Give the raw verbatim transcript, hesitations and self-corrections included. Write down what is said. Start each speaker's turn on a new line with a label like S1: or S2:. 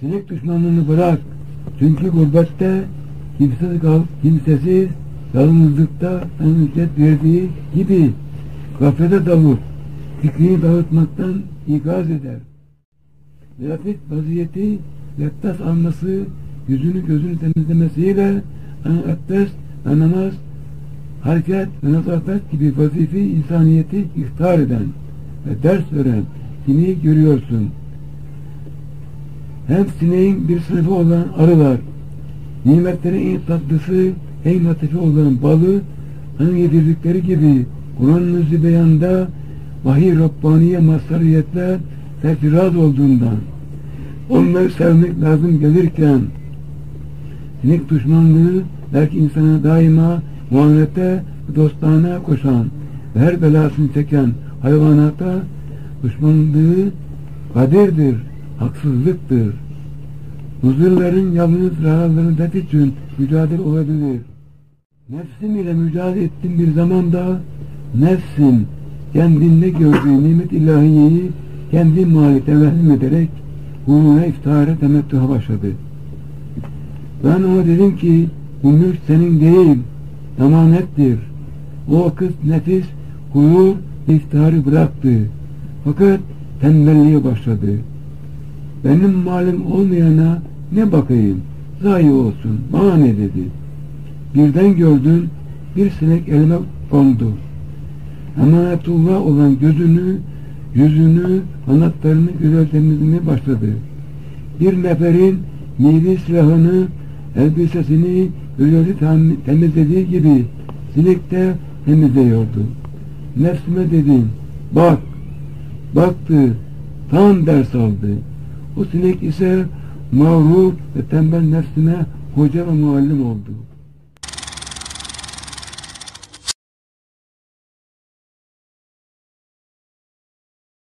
S1: Sinek düşmanlığını bırak. Çünkü gurbette kimsesiz, kal, kimsesiz yalnızlıkta sana ücret verdiği gibi gaflete dalıp fikrini dağıtmaktan ikaz eder. Lafif vaziyeti yaktas alması, yüzünü gözünü temizlemesiyle abdest ve namaz, hareket ve nazafet gibi vazife insaniyeti ihtar eden ve ders veren sineği görüyorsun. Hem sineğin bir sınıfı olan arılar, nimetlerin en tatlısı, en latifi olan balı, hani yedirdikleri gibi Kur'an-ı Zübeyyan'da vahiy Rabbaniye mazhariyetler terfiraz olduğundan onları sevmek lazım gelirken sinek düşmanlığı belki insana daima muhabbete ve dostane koşan ve her belasını çeken hayvanata düşmanlığı kaderdir, haksızlıktır. Huzurların yalnız rahatlarını def için mücadele olabilir. Nefsim ile mücadele ettiğim bir zamanda nefsim kendinde gördüğü nimet ilahiyeyi kendi mali tevehüm ederek gururuna iftihara temettüha başladı. Ben ona dedim ki bu mülk senin değil, emanettir. O vakit nefis gurur iftiharı bıraktı. Fakat tembelliğe başladı. Benim malim olmayana ne bakayım, zayi olsun, bana ne dedi. Birden gördüm, bir sinek elime kondu. Emanetullah olan gözünü, yüzünü, kanatlarını güzel temizlemeye başladı. Bir neferin mili silahını, elbisesini güzelce temizlediği gibi sinek de temizliyordu. Nefsime dedim, bak, baktı, tam ders aldı. O sinek ise mağrur ve tembel nefsine hoca ve muallim oldu.